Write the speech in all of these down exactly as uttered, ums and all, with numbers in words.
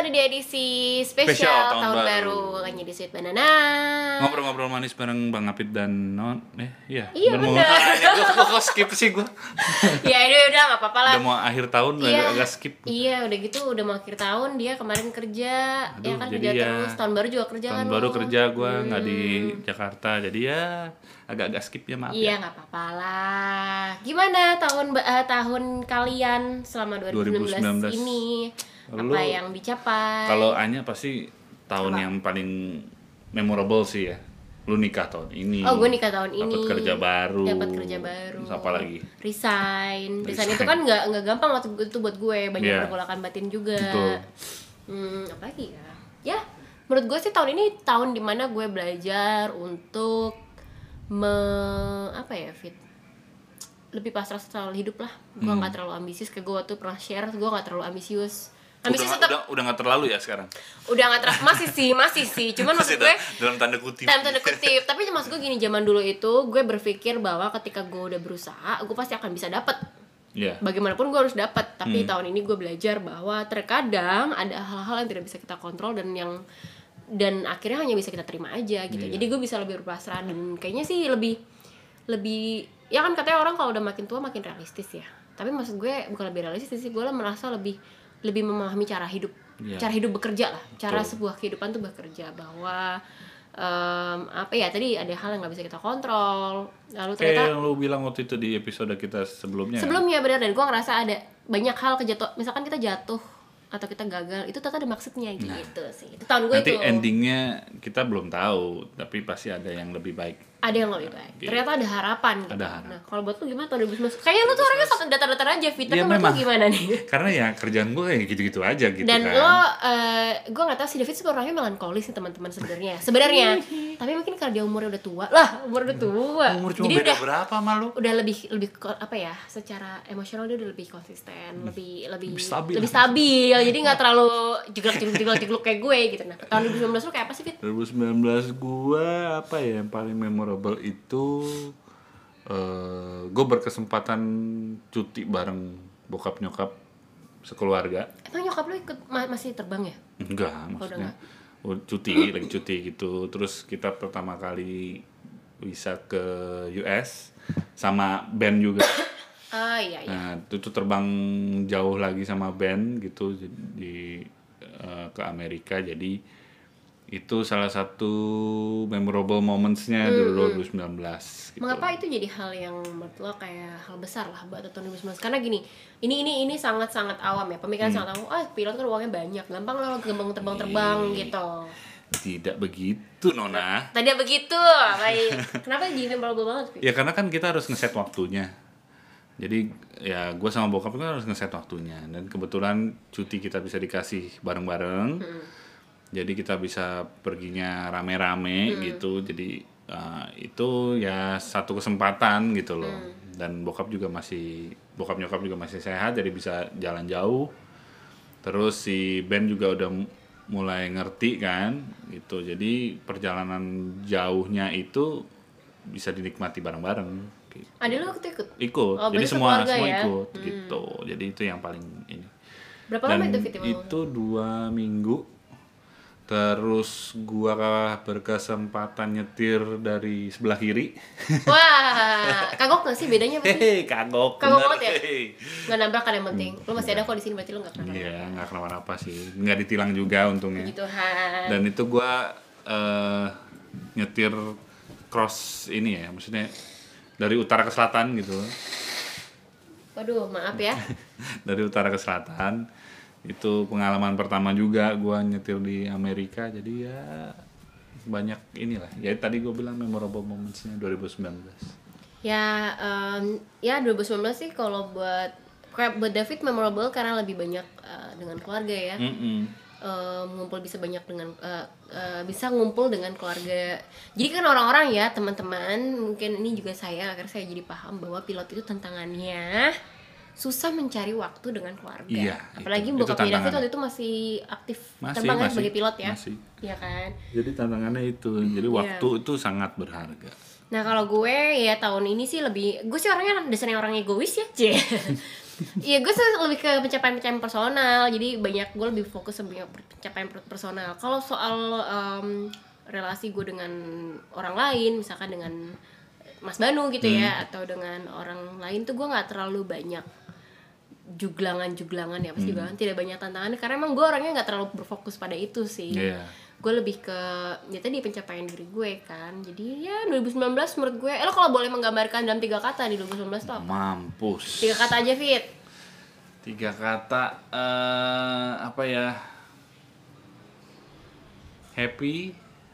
kembali di edisi spesial, Spesial tahun tahun, baru. baru hanya di Sweet Banana. Ngobrol-ngobrol manis bareng Bang Apit dan Non. Eh, iya. Iya, Bener. bener. Gue kok skip sih gue. Ya ini udah nggak apa-apa lah. Udah mau akhir tahun Iya, agak, agak skip. Iya, udah gitu udah mau akhir tahun, dia kemarin kerja. Aduh, Ya kan jadi kerja ya, terus, tahun baru juga kerja Tahun kan. baru lo. kerja gue nggak Hmm. di Jakarta, jadi ya agak-agak skip ya, maaf Iya ya. nggak apa-apa lah. Gimana tahun ba- eh, tahun kalian selama dua ribu sembilan belas, dua ribu sembilan belas ini? Lu, Apa yang dicapai? Kalau Anya pasti tahun Apa? yang paling memorable sih ya. Lu nikah tahun ini. Oh, gue nikah tahun ini. Dapat kerja baru. Dapat kerja baru. Terus apa lagi? Resign. Resign Resign. itu kan nggak nggak gampang waktu itu buat gue, banyak Iya. pergolakan batin juga. Betul. Hmm, apa lagi ya? Ya, menurut gue sih tahun ini tahun dimana gue belajar untuk me apa ya fit lebih pasrah soal hidup lah. Gue Hmm. nggak terlalu ambisius, kayak gue waktu pernah share, gue nggak terlalu ambisius. Udah, Ambisius nggak- tetap udah, udah gak terlalu ya sekarang? udah nggak terlalu, masih sih masih sih, cuman Masih maksud gue dalam, dalam tanda kutip. dalam tanda kutip. Tapi maksud gue gini, zaman dulu itu gue berpikir bahwa ketika gue udah berusaha, gue pasti akan bisa dapat. Iya. Bagaimanapun gue harus dapat. Tapi Hmm. tahun ini gue belajar bahwa terkadang ada hal-hal yang tidak bisa kita kontrol dan yang dan akhirnya hanya bisa kita terima aja gitu. Iya. Jadi gue bisa lebih berpasrah dan kayaknya sih lebih lebih ya kan katanya orang kalau udah makin tua makin realistis ya. Tapi maksud gue bukan lebih realistis sih, gue lah merasa lebih lebih memahami cara hidup. Iya. Cara hidup bekerja lah. Cara Betul. sebuah kehidupan tuh bekerja bahwa em, apa ya tadi ada hal yang nggak bisa kita kontrol. Lalu Kayak ternyata yang lu bilang waktu itu di episode kita sebelumnya. sebelumnya benar, dan gue ngerasa ada banyak hal kejatuh, misalkan kita jatuh atau kita gagal itu ternyata ada maksudnya gitu sih. Itu tahun gue Nanti itu endingnya kita belum tahu, tapi pasti ada yang lebih baik. ada yang lebih baik. Oke. Ternyata ada harapan gitu. Ada harapan. Nah kalau buat lu gimana tahun dua ribu sembilan belas? Kayaknya lu tuh orangnya satu datar-datar aja, Fit. Tapi Iya, menurut lu memang. gimana nih? Karena ya kerjaan gue kayak gitu-gitu aja gitu Dan kan. lo, uh, gue nggak tahu si David sebenarnya orangnya melankolis nih teman-teman sebenarnya. Sebenarnya, tapi mungkin karena dia umurnya udah tua lah, umur udah tua. Umur cuma Jadi beda udah berapa sama lu? udah lebih lebih ko- apa ya, secara emosional dia udah lebih konsisten, lebih lebih Lebih stabil. lebih stabil. Jadi nggak terlalu jeglak-jegluk-jegluk kayak gue gitu. Nah tahun dua ribu sembilan belas lu kayak apa sih, Fit? dua ribu sembilan belas gue apa ya yang paling memorable itu eh gue berkesempatan cuti bareng bokap nyokap sekeluarga. Emang nyokap lu ikut ma- masih terbang ya? Enggak, maksudnya oh, cuti, lagi cuti gitu. Terus kita pertama kali bisa ke U S sama band juga. Ah iya iya. Nah, itu tuh terbang jauh lagi sama band gitu di eh, ke Amerika. Jadi itu salah satu memorable moments-nya di dua ribu sembilan belas gitu. Mengapa itu jadi hal yang menurut lo kayak hal besar lah buat tahun dua ribu sembilan belas? Karena gini, ini ini ini sangat sangat awam ya, pemikiran Hmm. sangat awam. Ah pilot kan uangnya banyak, gampang lah lo gampang terbang-terbang Iya. gitu. Tidak begitu, Nona. Tadi begitu, baik. Kenapa jadi memorable banget? Fit? Ya karena kan kita harus ngeset waktunya. Jadi ya gue sama bokap kan harus ngeset waktunya. Dan kebetulan cuti kita bisa dikasih bareng-bareng. Hmm. Jadi kita bisa perginya rame-rame Hmm. gitu. Jadi uh, itu ya satu kesempatan gitu loh. Hmm. Dan bokap juga masih bokap nyokap juga masih sehat, jadi bisa jalan jauh. Terus si Ben juga udah m- mulai ngerti kan gitu. Jadi perjalanan jauhnya itu bisa dinikmati bareng-bareng gitu. Ada lo waktu ikut? Ikut. Oh, Jadi berarti semua sekeluarga semua ya? ikut Hmm. gitu. Jadi itu yang paling ini. Berapa Dan lama itu Fit? emang? itu dua minggu. Terus gua berkesempatan nyetir dari sebelah kiri. Wah, kagok gak sih bedanya apa sih? Hehe, kagok. Kagok bener, banget ya? hehe. Nggak nabrak kan yang penting. Lo masih ada kok di sini, berarti lo nggak kenapa-napa. Iya, nggak kenapa-napa sih. Nggak ditilang juga untungnya. Puji Tuhan. Dan itu gua eh, nyetir cross ini ya, maksudnya dari utara ke selatan gitu. Waduh, maaf ya. Dari utara ke selatan. Itu pengalaman pertama juga gua nyetir di Amerika, jadi ya banyak inilah. Ya tadi gua bilang memorable moments-nya dua ribu sembilan belas. Ya, em, ya dua ribu sembilan belas sih kalau buat kayak buat David memorable karena lebih banyak eh, dengan keluarga ya. Mm-mm. Em, ngumpul bisa banyak dengan eh, eh, bisa ngumpul dengan keluarga. Jadi kan orang-orang ya teman-teman, mungkin ini juga saya akhirnya saya jadi paham bahwa pilot itu tantangannya susah mencari waktu dengan keluarga. Iya, Apalagi itu- itu bokapnya David tantangannya. waktu itu masih aktif Masih, terbang kan masih, sebagai pilot ya. masih. Iya kan. Jadi tantangannya itu, jadi Iya. waktu itu sangat berharga. Nah kalau gue ya tahun ini sih lebih, gue sih orangnya dasarnya orang egois ya, Cie. Iya, gue sih lebih ke pencapaian-pencapaian personal. Jadi banyak gue lebih fokus sama pencapaian personal. Kalau soal um, relasi gue dengan orang lain, misalkan dengan Mas Banu gitu Hmm. ya, atau dengan orang lain tuh gue nggak terlalu banyak juglangan-juglangan ya, pasti juglangan, tidak banyak tantangan karena emang gue orangnya nggak terlalu berfokus pada itu sih. Iya. Gue lebih ke ya tadi pencapaian diri gue kan. Jadi ya dua ribu sembilan belas menurut gue, eh lo kalau boleh menggambarkan dalam tiga kata di dua ribu sembilan belas tuh apa? Mampus. Tiga kata aja, Fit. Tiga kata eh apa ya? Happy.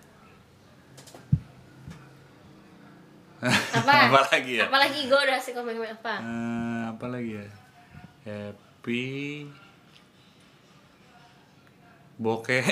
Apa? Apa lagi ya? Apalagi gue udah sih komen apa? Eh, apa lagi ya? Happy. Bokeh.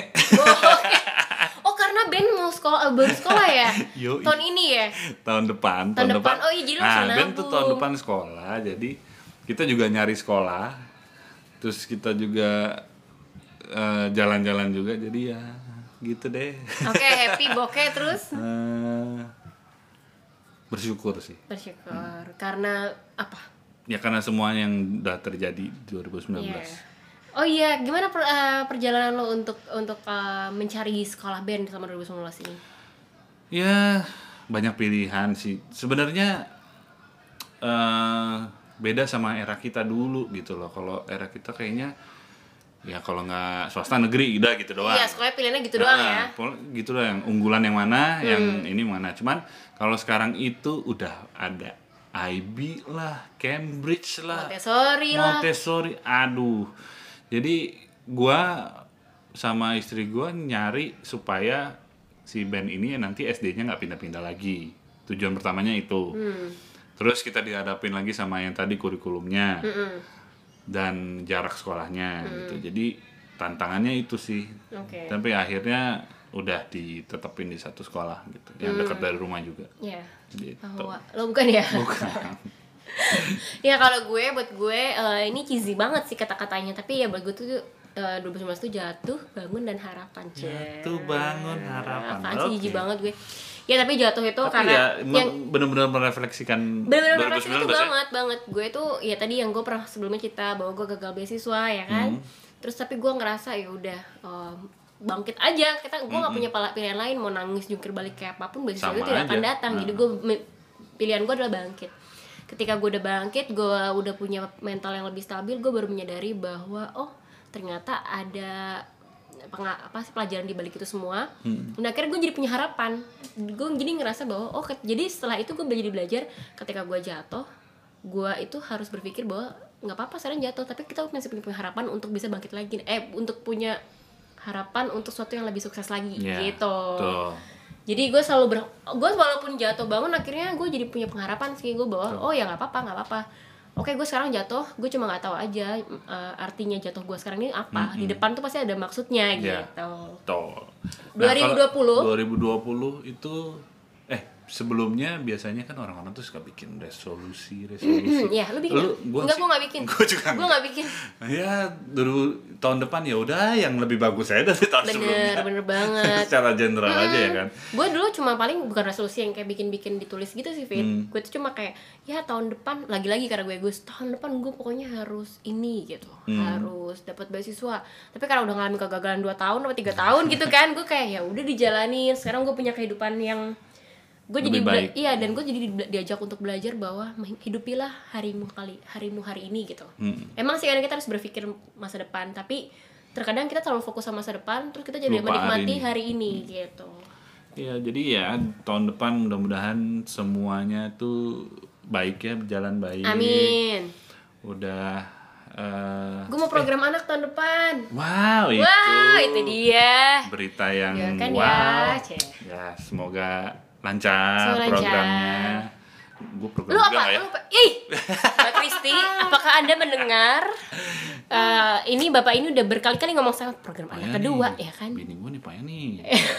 Oh, karena Ben mau sekolah, eh, baru sekolah ya? Yoi. Tahun ini ya? Tahun depan. Tahun depan. Oh iya, jadi lo nah, langsung Ben tuh nabung. tahun depan sekolah. Jadi kita juga nyari sekolah. Terus kita juga eh, jalan-jalan juga. Jadi ya gitu deh. Oke, happy bokeh terus? Eh, bersyukur sih. Bersyukur. Karena apa? Ya karena semuanya yang udah terjadi dua ribu sembilan belas. Iya. Oh iya, gimana per- eh, perjalanan lo untuk untuk eh, mencari sekolah band selama dua ribu sembilan belas ini? Ya banyak pilihan sih. Sebenarnya eh beda sama era kita dulu gitu loh. Kalau era kita kayaknya ya kalau nggak swasta negeri udah gitu doang. Iya, sekolahnya pilihannya gitu doang ya. Nah, pol- gitu lah, yang unggulan yang mana, yang ini mana. Cuman kalau sekarang itu udah ada I B lah, Cambridge lah, Montessori lah. Montessori. Aduh. Jadi gua sama istri gua nyari supaya si band ini nanti S D-nya nggak pindah-pindah lagi. Tujuan pertamanya itu. Hmm. Terus kita dihadapin lagi sama yang tadi kurikulumnya Mm-mm. dan jarak sekolahnya gitu. Jadi tantangannya itu sih. Oke. Tapi akhirnya udah ditetapin di satu sekolah gitu, yang dekat dari rumah juga. Ya. Gitu. Bahwa lo bukan ya? Bukan. Ya kalau gue, buat gue eh, ini cheesy banget sih kata-katanya, tapi ya buat gue tuh eh, dua ribu sembilan belas tuh jatuh, bangun dan harapan. Jatuh, bangun, harapan. Apaan sih, Oke. jijik banget gue. Ya tapi jatuh itu Tapi karena ya yang benar-benar merefleksikan bener-bener dua ribu itu sembilan belas ya. banget banget. Gue tuh ya tadi yang gue pernah sebelumnya cerita bahwa gue gagal beasiswa ya kan. Hmm. Terus tapi gue ngerasa ya udah em, bangkit aja. Kita gue nggak punya pala- pilihan lain, mau nangis jungkir balik kayak apapun beasiswa Sama itu tidak akan aja. datang. Jadi gue me- pilihan gue adalah bangkit. Ketika gue udah bangkit, gue udah punya mental yang lebih stabil, gue baru menyadari bahwa oh ternyata ada penga- apa sih pelajaran di balik itu semua. Hmm. Dan akhirnya gue jadi punya harapan. Gue jadi ngerasa bahwa oh ke- jadi setelah itu gue belajar belajar ketika gue jatuh, gue itu harus berpikir bahwa nggak apa-apa sekarang jatuh, tapi kita masih punya, punya harapan untuk bisa bangkit lagi. Eh untuk punya harapan untuk sesuatu yang lebih sukses lagi Ya, gitu. tuh. Jadi gue selalu ber, gue walaupun jatuh bangun akhirnya gue jadi punya pengharapan sih gue bahwa oh ya nggak apa-apa nggak apa-apa. Oke gue sekarang jatuh, gue cuma nggak tahu aja uh, artinya jatuh gue sekarang ini apa. Mm-mm. Di depan tuh pasti ada maksudnya Ya. gitu. Tuh. dua ribu dua puluh dua ribu dua puluh itu eh sebelumnya biasanya kan orang-orang tuh suka bikin resolusi, resolusi. Ya, lu bikin Lu, nggak? gua Enggak, sih- gue nggak bikin. Gua juga Gue nggak bikin. Ya, dulu tahun depan ya udah yang lebih bagus saya dari tahun sebelumnya. Bener, bener banget. Secara general aja ya kan. Gue dulu cuma paling bukan resolusi yang kayak bikin-bikin ditulis gitu sih, Fit. Hmm. Gue tuh cuma kayak ya tahun depan lagi-lagi karena gue gue tahun depan gue pokoknya harus ini gitu, Hmm. harus dapat beasiswa. Tapi karena udah ngalamin kegagalan dua tahun atau tiga tahun gitu kan, gue kayak ya udah dijalanin. Sekarang gue punya kehidupan yang gue jadi Lebih bela- baik. iya dan gue jadi di- diajak untuk belajar bahwa hidupilah harimu kali harimu hari ini gitu. Hmm. Emang sih kadang kita harus berpikir masa depan, tapi terkadang kita terlalu fokus sama masa depan, terus kita jadi Lupa menikmati hari hari ini, gitu. Ya, jadi ya tahun depan mudah-mudahan semuanya tuh baik ya, berjalan baik. Amin. Udah eh, Gue mau program anak tahun depan. wow, itu. Wah, itu dia. Berita yang Ya kan wow. ya, Ceh. Ya, semoga lancar Semoga programnya. lancar. Gue program Lu juga apa? nggak ya? Lu apa? Ih, Mbak Kristi, apakah Anda mendengar? Eh, ini Bapak ini udah berkali-kali ngomong sama program Payah anak kedua, nih. ya kan? Bini gue nih payah nih.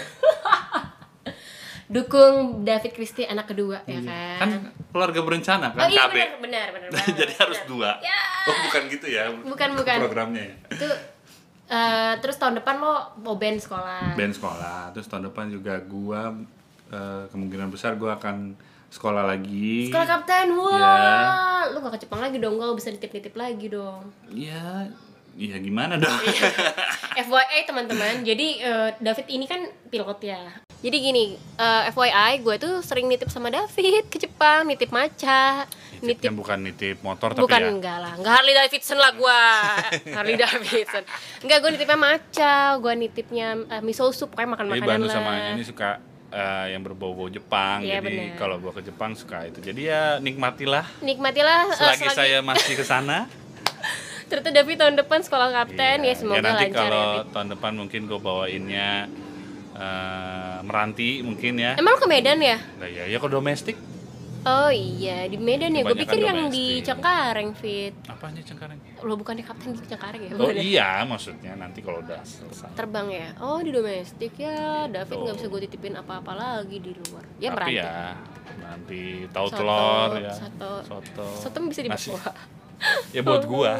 Dukung David Kristi anak kedua, ya kan? Kan keluarga berencana kan Oh iya K B. benar, benar, benar banget. Jadi harus Benar. dua. Ya. Oh, bukan gitu ya. Bukan, bukan. Programnya ya. Itu eh, terus tahun depan lo mau band sekolah. Band sekolah. Terus tahun depan juga gua eh, kemungkinan besar gua akan sekolah lagi. Sekolah kapten, wah. Ya. Lu gak ke Jepang lagi dong, gak bisa nitip-nitip lagi dong. Ya, ya gimana dong? F Y I teman-teman, jadi uh, David ini kan pilot ya. Jadi gini, uh, F Y I gue tuh sering nitip sama David ke Jepang, nitip maca. Nitipnya nitip, bukan nitip motor tapi bukan, ya? Bukan, enggak lah, enggak Harley Davidson lah gue. Harley Davidson. Enggak, gue nitipnya maca, gue nitipnya uh, miso soup, kayak makan-makanan lah. Jadi Bantu sama ini suka uh, yang berbau-bau Jepang, ya, jadi kalau gue ke Jepang suka itu. Jadi ya nikmatilah. Nikmatilah uh, selagi, selagi saya masih ke sana. Terus David tahun depan sekolah kapten, iya. ya semoga ya, nanti lancar kalau ya, tahun depan mungkin gue bawainnya uh, Meranti mungkin ya. Emang lo ke Medan ya? Nah, ya, ya ke domestik. Oh iya, di Medan ya. Gue pikir yang di domestik. Cengkareng, Fit. Apanya Cengkareng? Lo bukannya kapten di Cengkareng ya? Oh iya, maksudnya nanti kalau udah selesai. Terbang ya? Oh di domestik ya. Gitu. David nggak bisa gue titipin apa-apa lagi di luar. Ya Tapi Meranti. ya nanti tahu Soto, telur ya. Soto. Soto. Soto bisa dibawa. Ya buat gua.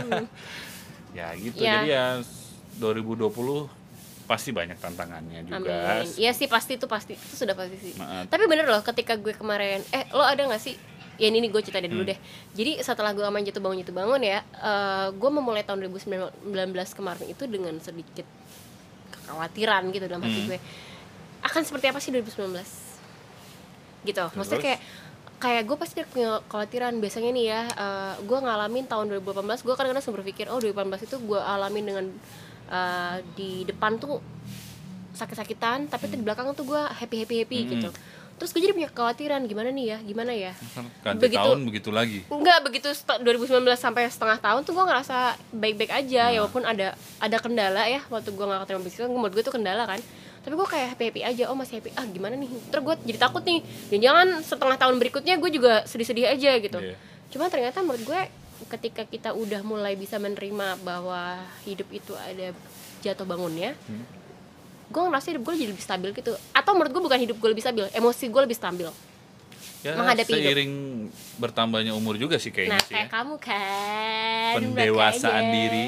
Ya gitu. Ya. Jadi ya dua ribu dua puluh pasti banyak tantangannya juga. Amin. Iya sih pasti itu pasti itu sudah pasti sih. Maaf. Tapi bener loh ketika gue kemarin, eh lo ada nggak sih? Ya ini nih gue cerita dulu hmm. deh. Jadi setelah gue main jatuh bangun jatuh bangun ya, uh, gue memulai tahun dua ribu sembilan belas kemarin itu dengan sedikit kekhawatiran gitu dalam hati hmm. gue. Akan seperti apa sih dua ribu sembilan belas? Gitu. Maksudnya kayak kayak gue pasti punya kekhawatiran. Biasanya nih ya, uh, gue ngalamin tahun dua ribu delapan belas, gue kadang-kadang suka berpikir, oh dua ribu delapan belas itu gue alamin dengan uh, di depan tuh sakit-sakitan, tapi hmm. di belakang tuh gue happy-happy-happy hmm. gitu. Terus gue jadi punya kekhawatiran, gimana nih ya, gimana ya. Ganti begitu, tahun begitu lagi. Enggak, begitu dua ribu sembilan belas sampai setengah tahun tuh gue ngerasa baik-baik aja, nah. ya walaupun ada ada kendala ya, waktu gue gak ketemu bisnis, menurut gue tuh kendala kan. Tapi gue kayak happy-happy aja, oh masih happy, ah gimana nih. Terus gue jadi takut nih, jangan setengah tahun berikutnya gue juga sedih-sedih aja gitu. Yeah. Cuma ternyata menurut gue ketika kita udah mulai bisa menerima bahwa hidup itu ada jatuh bangunnya, hmm. gue ngerasa hidup gue jadi lebih stabil gitu. Atau menurut gue bukan hidup gue lebih stabil, emosi gue lebih stabil ya, menghadapi seiring hidup. Bertambahnya umur juga sih kayaknya nah, sih kayak ya. kamu kan pendewasaan diri.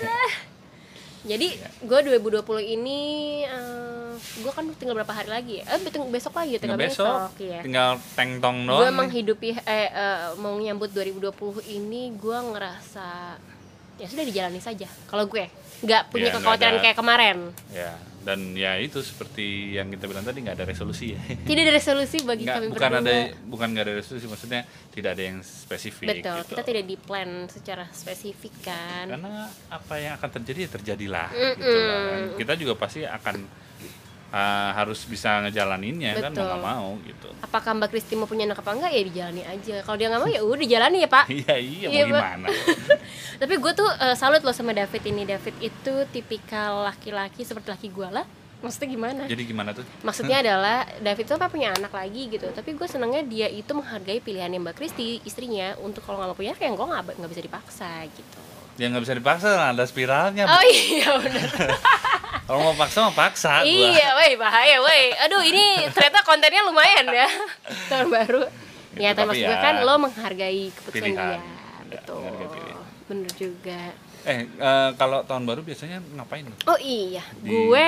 Jadi gue dua ribu dua puluh ini uh, gue kan tinggal berapa hari lagi ya? Eh besok lagi tinggal nah, besok, besok ya. Tinggal teng tong doang. Gue menghidupi eh uh, mau nyambut dua ribu dua puluh ini gue ngerasa ya sudah dijalani saja. Kalau gue nggak punya ya, kekhawatiran kayak kemarin. Ya, dan ya itu seperti yang kita bilang tadi, nggak ada resolusi ya. Tidak ada resolusi bagi nggak, kami bukan berdua. ada bukan nggak ada resolusi, maksudnya tidak ada yang spesifik. Betul, gitu. kita tidak di plan secara spesifik kan. Karena apa yang akan terjadi ya terjadilah. Mm-mm. Gitu lah. Kita juga pasti akan uh, harus bisa ngejalaninnya. Betul. Kan mau nggak mau gitu. Apakah Mbak Kristi mau punya anak apa enggak ya dijalani aja. Kalau dia nggak mau ya udah dijalani ya Pak. Iya iya mau iya, gimana. Tapi gue tuh uh, salut loh sama David ini. David itu tipikal laki-laki seperti laki gue lah. Maksudnya gimana? Jadi gimana tuh? Maksudnya adalah David tuh apa punya anak lagi gitu. Tapi gue senangnya dia itu menghargai pilihannya Mbak Kristi istrinya untuk kalau nggak mau punya kayak gue nggak nggak bisa dipaksa gitu. Ya nggak bisa dipaksa, ada spiralnya. Oh iya benar. Kalau mau paksa mau paksa. Gua. Iya, woi bahaya, woi. Aduh ini ternyata kontennya lumayan ya tahun baru. Gitu, ya tapi maksud gue ya, kan lo menghargai keputusan pilihan. Dia. Betul. Bener juga. Eh uh, kalau tahun baru biasanya ngapain? Oh iya, Di... gue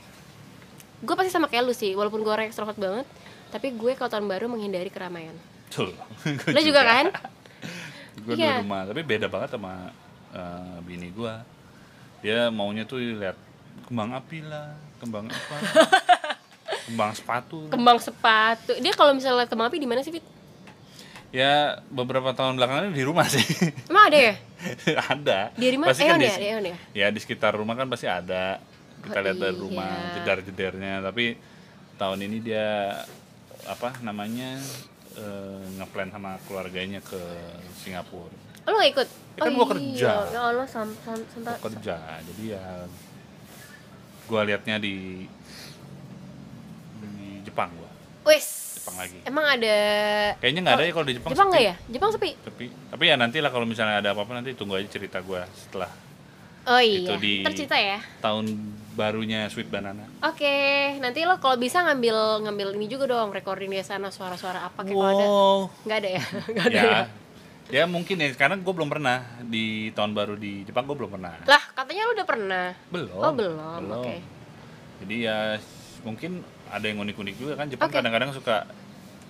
gue pasti sama kayak lu sih, walaupun gue orang ekstrovert banget, tapi gue kalau tahun baru menghindari keramaian. Tuh, lo juga kan? Gue iya. di rumah, tapi beda banget sama uh, bini gue. Dia maunya tuh lihat kembang api lah, kembang apa? Kembang sepatu. Kembang sepatu. Dia kalau misalnya lihat kembang api di mana sih, Fit? Ya beberapa tahun belakangan di rumah sih. Emang ada ya? Ada. Di rumah? Pasti Eon kan ya? di, Eon ya? Ya di sekitar rumah kan pasti ada. Kita oh, lihat dari iya. rumah jedar-jedernya. Tapi tahun ini dia apa namanya uh, ngeplan sama keluarganya ke Singapura. Oh, lo gak ikut? Ya kan oh, gua kerja. Ya Allah sam sam sampai kerja. Jadi ya gua liatnya di di Jepang gua. Wes. Jepang lagi. Emang ada? Kayaknya nggak ada ya kalau di Jepang. Jepang nggak ya? Jepang sepi. Tapi tapi ya nanti lah kalau misalnya ada apa-apa nanti tunggu aja cerita gua setelah. Oh iya. Itu di tercita ya. Tahun barunya Sweet Banana. Oke, okay. Nanti lo kalau bisa ngambil ngambil ini juga dong, recording di sana suara-suara apa kayak wow. Kalau ada. Nggak ada ya? Nggak ada ya. ya. Ya mungkin ya, karena gue belum pernah di tahun baru di Jepang, gue belum pernah. Lah katanya lo udah pernah. Belum. Oh belum. belum. Oke. Okay. Jadi ya mungkin ada yang unik-unik juga kan Jepang okay. kadang-kadang suka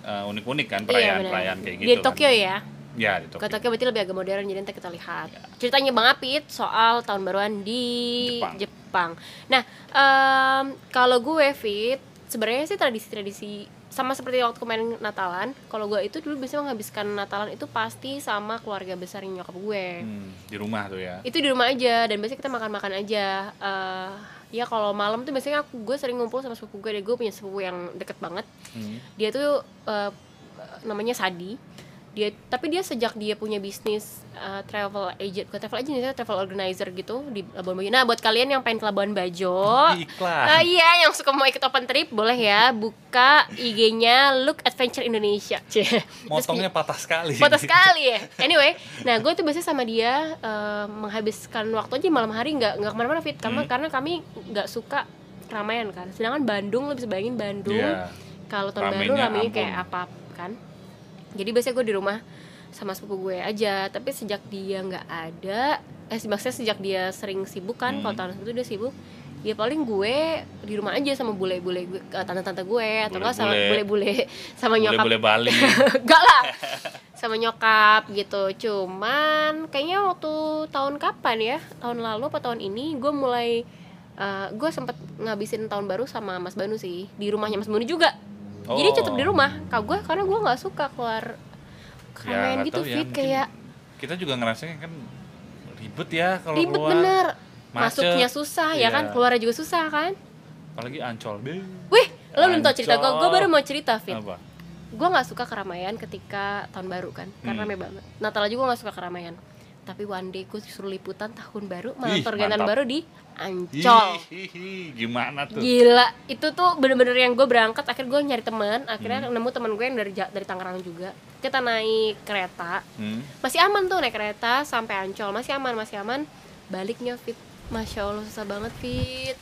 uh, unik-unik kan, Iya, perayaan-perayaan benar. kayak Di gitu kan. Tokyo ya. Ya, di Ke Tokyo. Tokyo berarti lebih agak modern, jadi nanti kita lihat. Ceritanya Bang Apit soal tahun baruan di Jepang. Jepang. Nah, em, kalau gue Fit, sebenarnya sih tradisi-tradisi sama seperti waktu kemarin Natalan. Kalau gue itu dulu biasanya menghabiskan Natalan itu pasti sama keluarga besar nyokap gue. Hmm, di rumah tuh ya. Itu di rumah aja, dan biasanya kita makan-makan aja. Eh, ya kalau malam tuh biasanya aku gue sering ngumpul sama sepupu gue. Dan gue punya sepupu yang deket banget. Hmm. Dia tuh eh, namanya Sadi. Dia tapi dia sejak dia punya bisnis uh, travel agent, bukan travel agent, dia travel organizer gitu di Labuan Bajo. Nah, buat kalian yang pengen ke Labuan Bajo, Iklan. uh, iya yang suka mau ikut open trip boleh ya buka I G-nya Look Adventure Indonesia. Motongnya patah sekali. Patah sekali ya. Anyway, nah gue tuh biasanya sama dia uh, menghabiskan waktu aja malam hari, nggak nggak kemana-mana Fit, karena Hmm. karena kami nggak suka keramaian kan. Sedangkan Bandung, lo bisa bayangin Bandung Iya. kalau tahun baru Ramenya ramenya ampun. kayak apa kan. Jadi biasanya gue di rumah sama sepupu gue aja. Tapi sejak dia nggak ada, eh maksudnya sejak dia sering sibuk kan, Hmm. kalau tahun itu dia sibuk, ya paling gue di rumah aja sama bule-bule gue, eh, tante-tante gue, atau enggak sama Bule-bule. bule-bule sama nyokap. Boleh-boleh Bali. Enggak lah, sama nyokap gitu. Cuman kayaknya waktu tahun kapan ya, tahun lalu apa tahun ini gue mulai uh, gue sempet ngabisin tahun baru sama Mas Banu sih, di rumahnya Mas Banu juga. Jadi Oh. tetap di rumah kak gue, karena gue nggak suka keluar keramaian nggak gitu tahu ya, Fit, mungkin kayak kita juga ngerasanya kan ribet ya kalau ribet keluar. bener, Macet. masuknya susah ya Iya. kan, keluarnya juga susah kan. Apalagi Ancol deh. Wih, lo belum tau cerita gue, Ancol. gue baru mau cerita Fit. Apa? Gue nggak suka keramaian ketika tahun baru kan, karena Hmm. rame banget. Natal aja gue nggak suka keramaian. Tapi one day gue disuruh liputan tahun baru, malam Ih, pergantian mantap. baru di Ancol. Hihihi, gimana tuh? Gila, itu tuh bener-bener yang gue berangkat, akhirnya gue nyari teman, akhirnya Hmm. nemu teman gue yang dari Ja- dari Tangerang juga. Kita naik kereta, Hmm. masih aman tuh naik kereta sampai Ancol, masih aman, masih aman. Baliknya Fit, masya Allah susah banget Fit.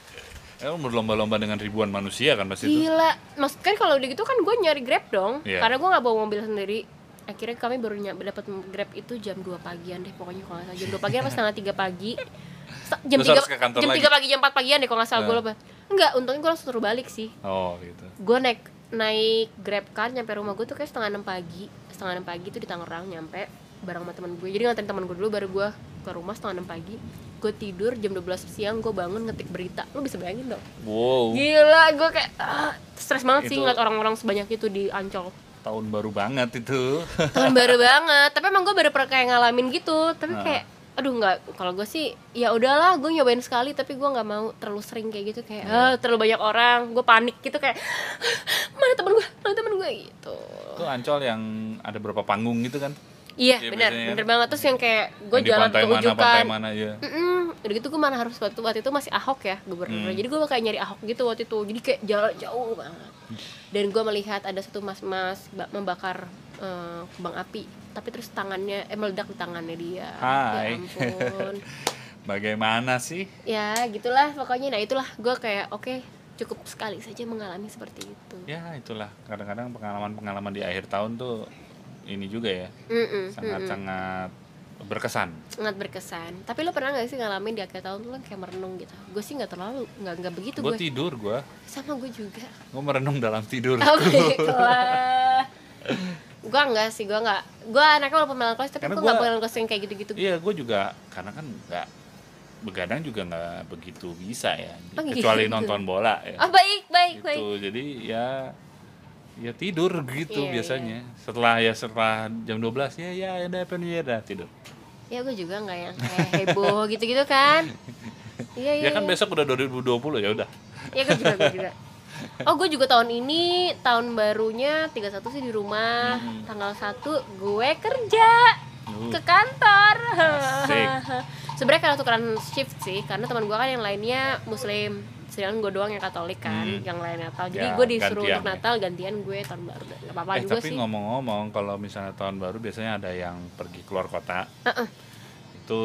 Eh, lu berlomba-lomba dengan ribuan manusia kan pasti itu. Gila, maksud kan kalau udah gitu kan gue nyari Grab dong, Iya. karena gue nggak bawa mobil sendiri. Akhirnya kami baru ny- dapat Grab itu jam dua pagian deh, pokoknya kalau nggak salah jam dua pagi apa setengah tiga pagi. Sa- jam Terus tiga harus ke kantor jam lagi? tiga pagi jam empat pagian deh kalau nggak salah gue Nah. lupa. Enggak, untungnya gue langsung suruh balik sih. Oh, gitu. Gue naik naik Grab car nyampe rumah gue tuh kayak setengah enam pagi, setengah enam pagi tuh di Tangerang, nyampe bareng sama teman gue. Jadi nganterin teman gue dulu, baru gue ke rumah setengah enam pagi. Gue tidur jam dua belas siang, gue bangun ngetik berita. Lu bisa bayangin dong? Wow. Gila, gue kayak ah, stres banget sih Itu- ngeliat orang-orang sebanyak itu di Ancol. Tahun baru banget itu. Tahun baru banget, tapi emang gue baru pernah kayak ngalamin gitu. Tapi Nah. kayak aduh nggak, kalau gue sih ya udahlah, gue nyobain sekali, tapi gue nggak mau terlalu sering kayak gitu, kayak ah, terlalu banyak orang, gue panik gitu kayak mana temen gue, mana temen gue gitu. Itu Ancol yang ada berapa panggung gitu kan? Iya, Iya, benar, biasanya. bener banget. Terus yang kayak gue Yang di jalan pantai ke mana, Ujukan, pantai mana ya. Mm-mm. Udah gitu gue mana harus waktu waktu itu masih Ahok ya gubernur. Hmm. Jadi gue kayak nyari Ahok gitu waktu itu. Jadi kayak jalan jauh banget. Dan gue melihat ada satu mas-mas ba- membakar eh, kembang api, tapi terus tangannya eh meledak di tangannya dia. Hai. Ya ampun. Bagaimana sih? Ya gitulah pokoknya. Nah itulah gue kayak oke, cukup sekali saja mengalami seperti itu. Ya, itulah. Kadang-kadang pengalaman-pengalaman di akhir tahun tuh ini juga ya. Mm-mm, mm-mm. Sangat-sangat berkesan. Sangat berkesan. Tapi lo pernah gak sih ngalamin di akhir tahun tuh lo kayak merenung gitu? Gue sih nggak terlalu, nggak nggak begitu Gue gue. tidur gue. Sama gue juga. Gue merenung dalam tidur. Oke, kelas. Gue enggak sih, gue enggak. Gue anaknya walaupun melankolis, tapi Karena gue enggak gua- melankolis yang kayak gitu-gitu. Iya, gue juga karena kan nggak begadang juga nggak begitu bisa ya, Oh, kecuali gitu. nonton bola ya. Oh baik, baik, baik. Gitu. Jadi ya ya tidur gitu Iya, biasanya. Setelah ya setelah jam dua belas ya ya ada apa nih ya udah tidur. Ya gue juga enggak yang kayak heboh gitu-gitu kan. Iya, iya. Ya kan iya. besok udah dua ribu dua puluh ya udah. Iya gue juga, gue juga. Oh gue juga tahun ini, tahun barunya tiga puluh satu sih di rumah. Hmm. Tanggal satu gue kerja Uh, ke kantor. Asik. Sebenarnya karena tukeran shift sih, karena teman gue kan yang lainnya muslim, sedangkan gue doang yang Katolik kan, Hmm. yang lain Natal. Jadi Ya, gue disuruh gantian untuk ya. Natal, gantian gue tahun baru. Gak apa-apa eh juga tapi sih. ngomong-ngomong kalau misalnya tahun baru biasanya ada yang pergi keluar kota. Uh-uh. Itu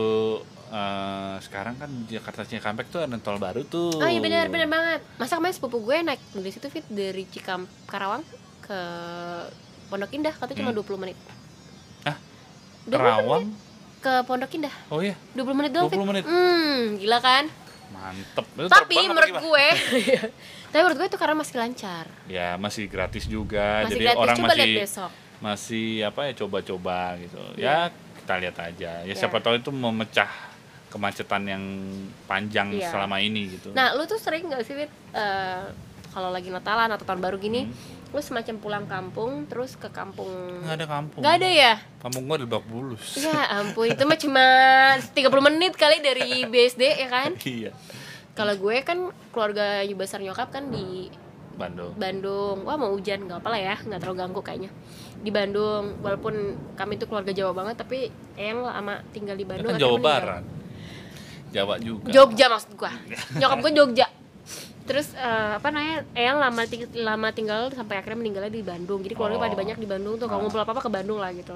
eh, sekarang kan Jakarta Cikampek tuh ada tol baru tuh. Oh iya benar, benar banget. Masa kemarin sepupu gue naik dari situ Fit, dari Cikam Karawang ke Pondok Indah, katanya cuma Hmm. dua puluh menit. Hah? dua puluh Kerawang? menit ke Pondok Indah. Oh iya, dua puluh menit doang dua puluh Fit. menit. Hmm, gila kan? Mantep. Itu Tapi terbang apa menurut gimana? gue, tapi menurut gue itu karena masih lancar. Ya masih gratis juga, Masih jadi gratis. orang Coba masih lihat besok. masih apa ya coba-coba gitu. Iya. Ya kita lihat aja. Ya Iya. siapa tahu itu memecah kemacetan yang panjang Iya. selama ini gitu. Nah, lu tuh sering nggak sih, Wit, uh, kalau lagi Natalan atau tahun baru gini, Hmm. lu semacam pulang kampung terus ke kampung? Nggak ada kampung. Nggak ada ya? Kampung gua di Lebak Bulus. Ya ampun, itu mah cuma tiga puluh menit kali dari B S D ya kan? Iya. Kalau gue kan keluarga besar nyokap kan di Bandung. Bandung. Wah, mau hujan nggak apa lah ya, nggak terlalu ganggu kayaknya. Di Bandung, walaupun kami tuh keluarga Jawa banget, tapi Eyang lama tinggal di Itu Bandung. kan akhirnya Jawa meninggal. Barat. Jawa juga. Jogja maksud gua. Nyokap gua Jogja. Terus uh, apa namanya? Eyang lama ting- lama tinggal sampai akhirnya meninggalnya di Bandung. Jadi keluarga Oh. pada banyak di Bandung tuh. Kalau Ah. ngumpul apa-apa ke Bandung lah gitu.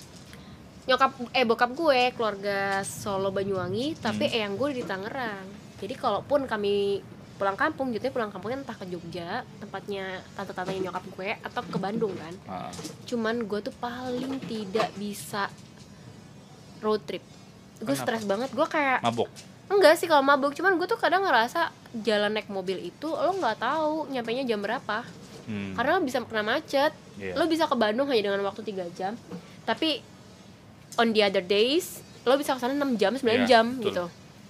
Nyokap eh bokap gue keluarga Solo Banyuwangi, tapi Hmm. eyang gue di Tangerang. Jadi kalaupun kami pulang kampung, jadinya pulang kampungnya entah ke Jogja, tempatnya tante-tantenya nyokap gue, atau ke Bandung kan. Ah. Cuman gue tuh paling tidak bisa road trip. Gue Kenapa? stres banget. Gue kayak Mabok. enggak sih kalau mabuk, cuman gue tuh kadang ngerasa jalan naik mobil itu lo nggak tahu nyampainya jam berapa. Hmm. Karena lo bisa kena macet. Iya. Lo bisa ke Bandung hanya dengan waktu tiga jam. Tapi on the other days lo bisa ke sana enam jam, sembilan Iya, jam betul. gitu.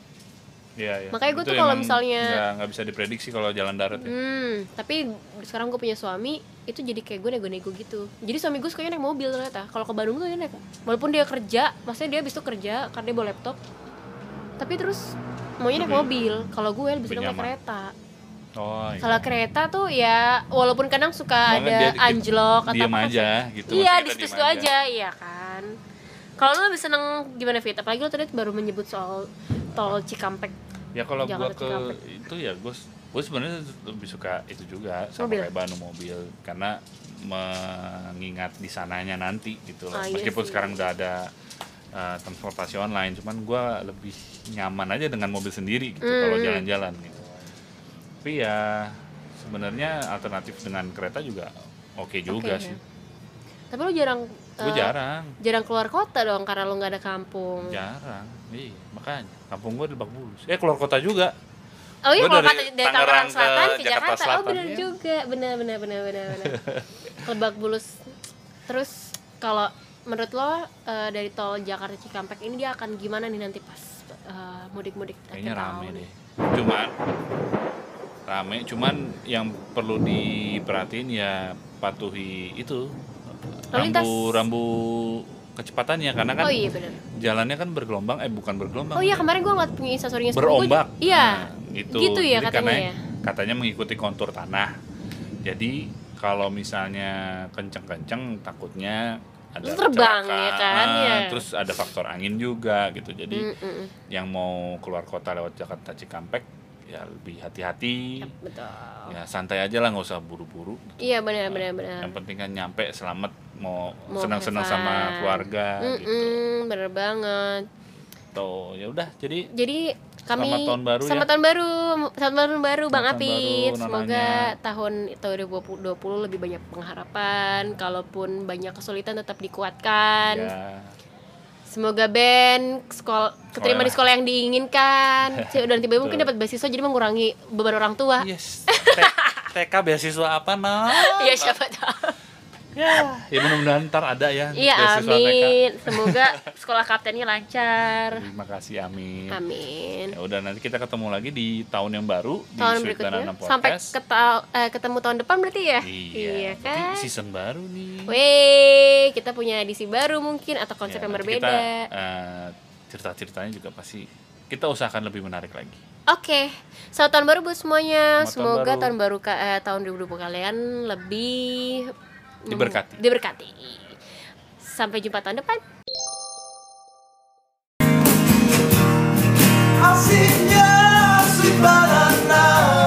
Iya, iya. Makanya gue Itu tuh kalau emang misalnya- nggak nggak bisa diprediksi kalau jalan darat ya. Hmm, tapi sekarang gue punya suami, itu jadi kayak gue nego-nego gitu. Jadi suami gue sukanya naik mobil ternyata. Kalau ke Bandung tuh dia naik, walaupun dia kerja, maksudnya dia habis itu kerja karena dia bawa laptop. Tapi terus maunya naik Lebih- mobil. Kalau gue lebih lebih seneng naik nyaman. kereta. Oh iya. Kalau kereta tuh ya walaupun kadang suka Makanya ada dia dikit anjlok atau diem apa aja sih. gitu. Iya, Maksudnya di kita situ-situ diem aja, iya kan. Kalau lu lebih seneng gimana, Fit? Apalagi lu tadi baru menyebut soal tol Cikampek. Ya kalau gua Jakarta ke Cikampek. itu ya gue gue sebenarnya lebih suka itu juga sama Mobil? kayak Bandung mobil karena mengingat di sananya nanti gitu loh. Ah, iya Meskipun sih. sekarang udah ada uh, transportasi online, cuman gua lebih nyaman aja dengan mobil sendiri gitu Hmm. kalau jalan-jalan gitu. Tapi ya sebenarnya alternatif dengan kereta juga oke juga Oke, sih. ya. Tapi lu jarang Gue eh, jarang, jarang keluar kota dong karena lu nggak ada kampung. jarang. Iya, makanya kampung gue di Lebak Bulus. Eh keluar kota juga. Oh iya, Gua kalau dari kata dari Tangerang Tangerang ke Selatan ke Jakarta Jakarta. Oh Selatan, benar iya. juga, benar benar benar benar benar. Lebak Bulus. Terus kalau menurut lo eh, dari tol Jakarta Cikampek ini dia akan gimana nih nanti pas eh, mudik-mudik akhir Kayaknya rame tahun? deh. Cuman rame, cuman yang perlu diperhatiin ya patuhi itu Lalu lintas. rambu-rambu kecepatannya karena kan Oh iya benar. jalannya kan bergelombang eh bukan bergelombang. Oh iya, kemarin gue ngeliat punya instastorynya berombak. Iya. Nah, gitu. Gitu ya Jadi katanya karena ya. katanya mengikuti kontur tanah. Jadi kalau misalnya kenceng-kenceng takutnya ada Terus terbang, kecelakaan. ya kan, ya. Terus ada faktor angin juga gitu. Jadi Mm, mm, mm. yang mau keluar kota lewat Jakarta Cikampek ya lebih hati-hati. Yap, betul. Ya santai aja lah, nggak usah buru-buru. Iya benar benar benar. Yang penting kan nyampe selamat, mau, Mau senang-senang have sama fun. keluarga gitu. Mm-mm, bener banget. Tuh, ya udah. Jadi Jadi kami Selamat tahun baru selamat ya. tahun baru, selamat tahun baru Bang Selamat tahun Apit. baru, Semoga Nonanya. tahun dua ribu dua puluh lebih banyak pengharapan, kalaupun banyak kesulitan tetap dikuatkan. ya Semoga Ben sekolah keterima di Sekolah. sekolah yang diinginkan. Dan tiba-tiba mungkin Betul. dapat beasiswa jadi mengurangi beban orang tua. yes. T- TK beasiswa apa nah? Iya siapa tahu. Ya, ya mudah-mudahan ntar ada ya Iya beasiswa T K. amin. Semoga sekolah kaptennya lancar. Terima kasih, amin. Amin. Ya udah, nanti kita ketemu lagi di tahun yang baru di Tahun Sweet Banana berikutnya sampai Podcast. keta- eh, ketemu tahun depan berarti ya? Iya, kan? berarti season baru nih. Weh, kita punya edisi baru mungkin atau konsep Ya, yang nanti berbeda. Kita, eh, cerita-ceritanya juga pasti kita usahakan lebih menarik lagi. Oke, selamat tahun baru buat semuanya. Selamat tahun Semoga baru. tahun baru ka- eh, tahun dua ribu dua puluh kalian lebih mem- Diberkati. Diberkati. Sampai jumpa tahun depan. Asiknya Sweet Banana,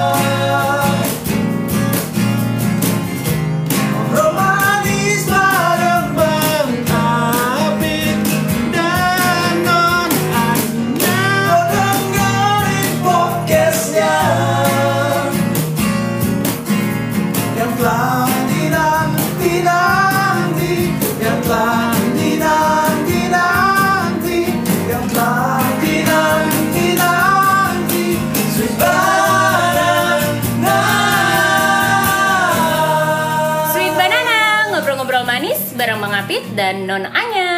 ngobrol manis bareng Bang Apit dan Non Anya. Lo dengerin podcastnya yang telah dinanti-nanti, yang telah dinanti. bareng Bang Apit dan Non Anya.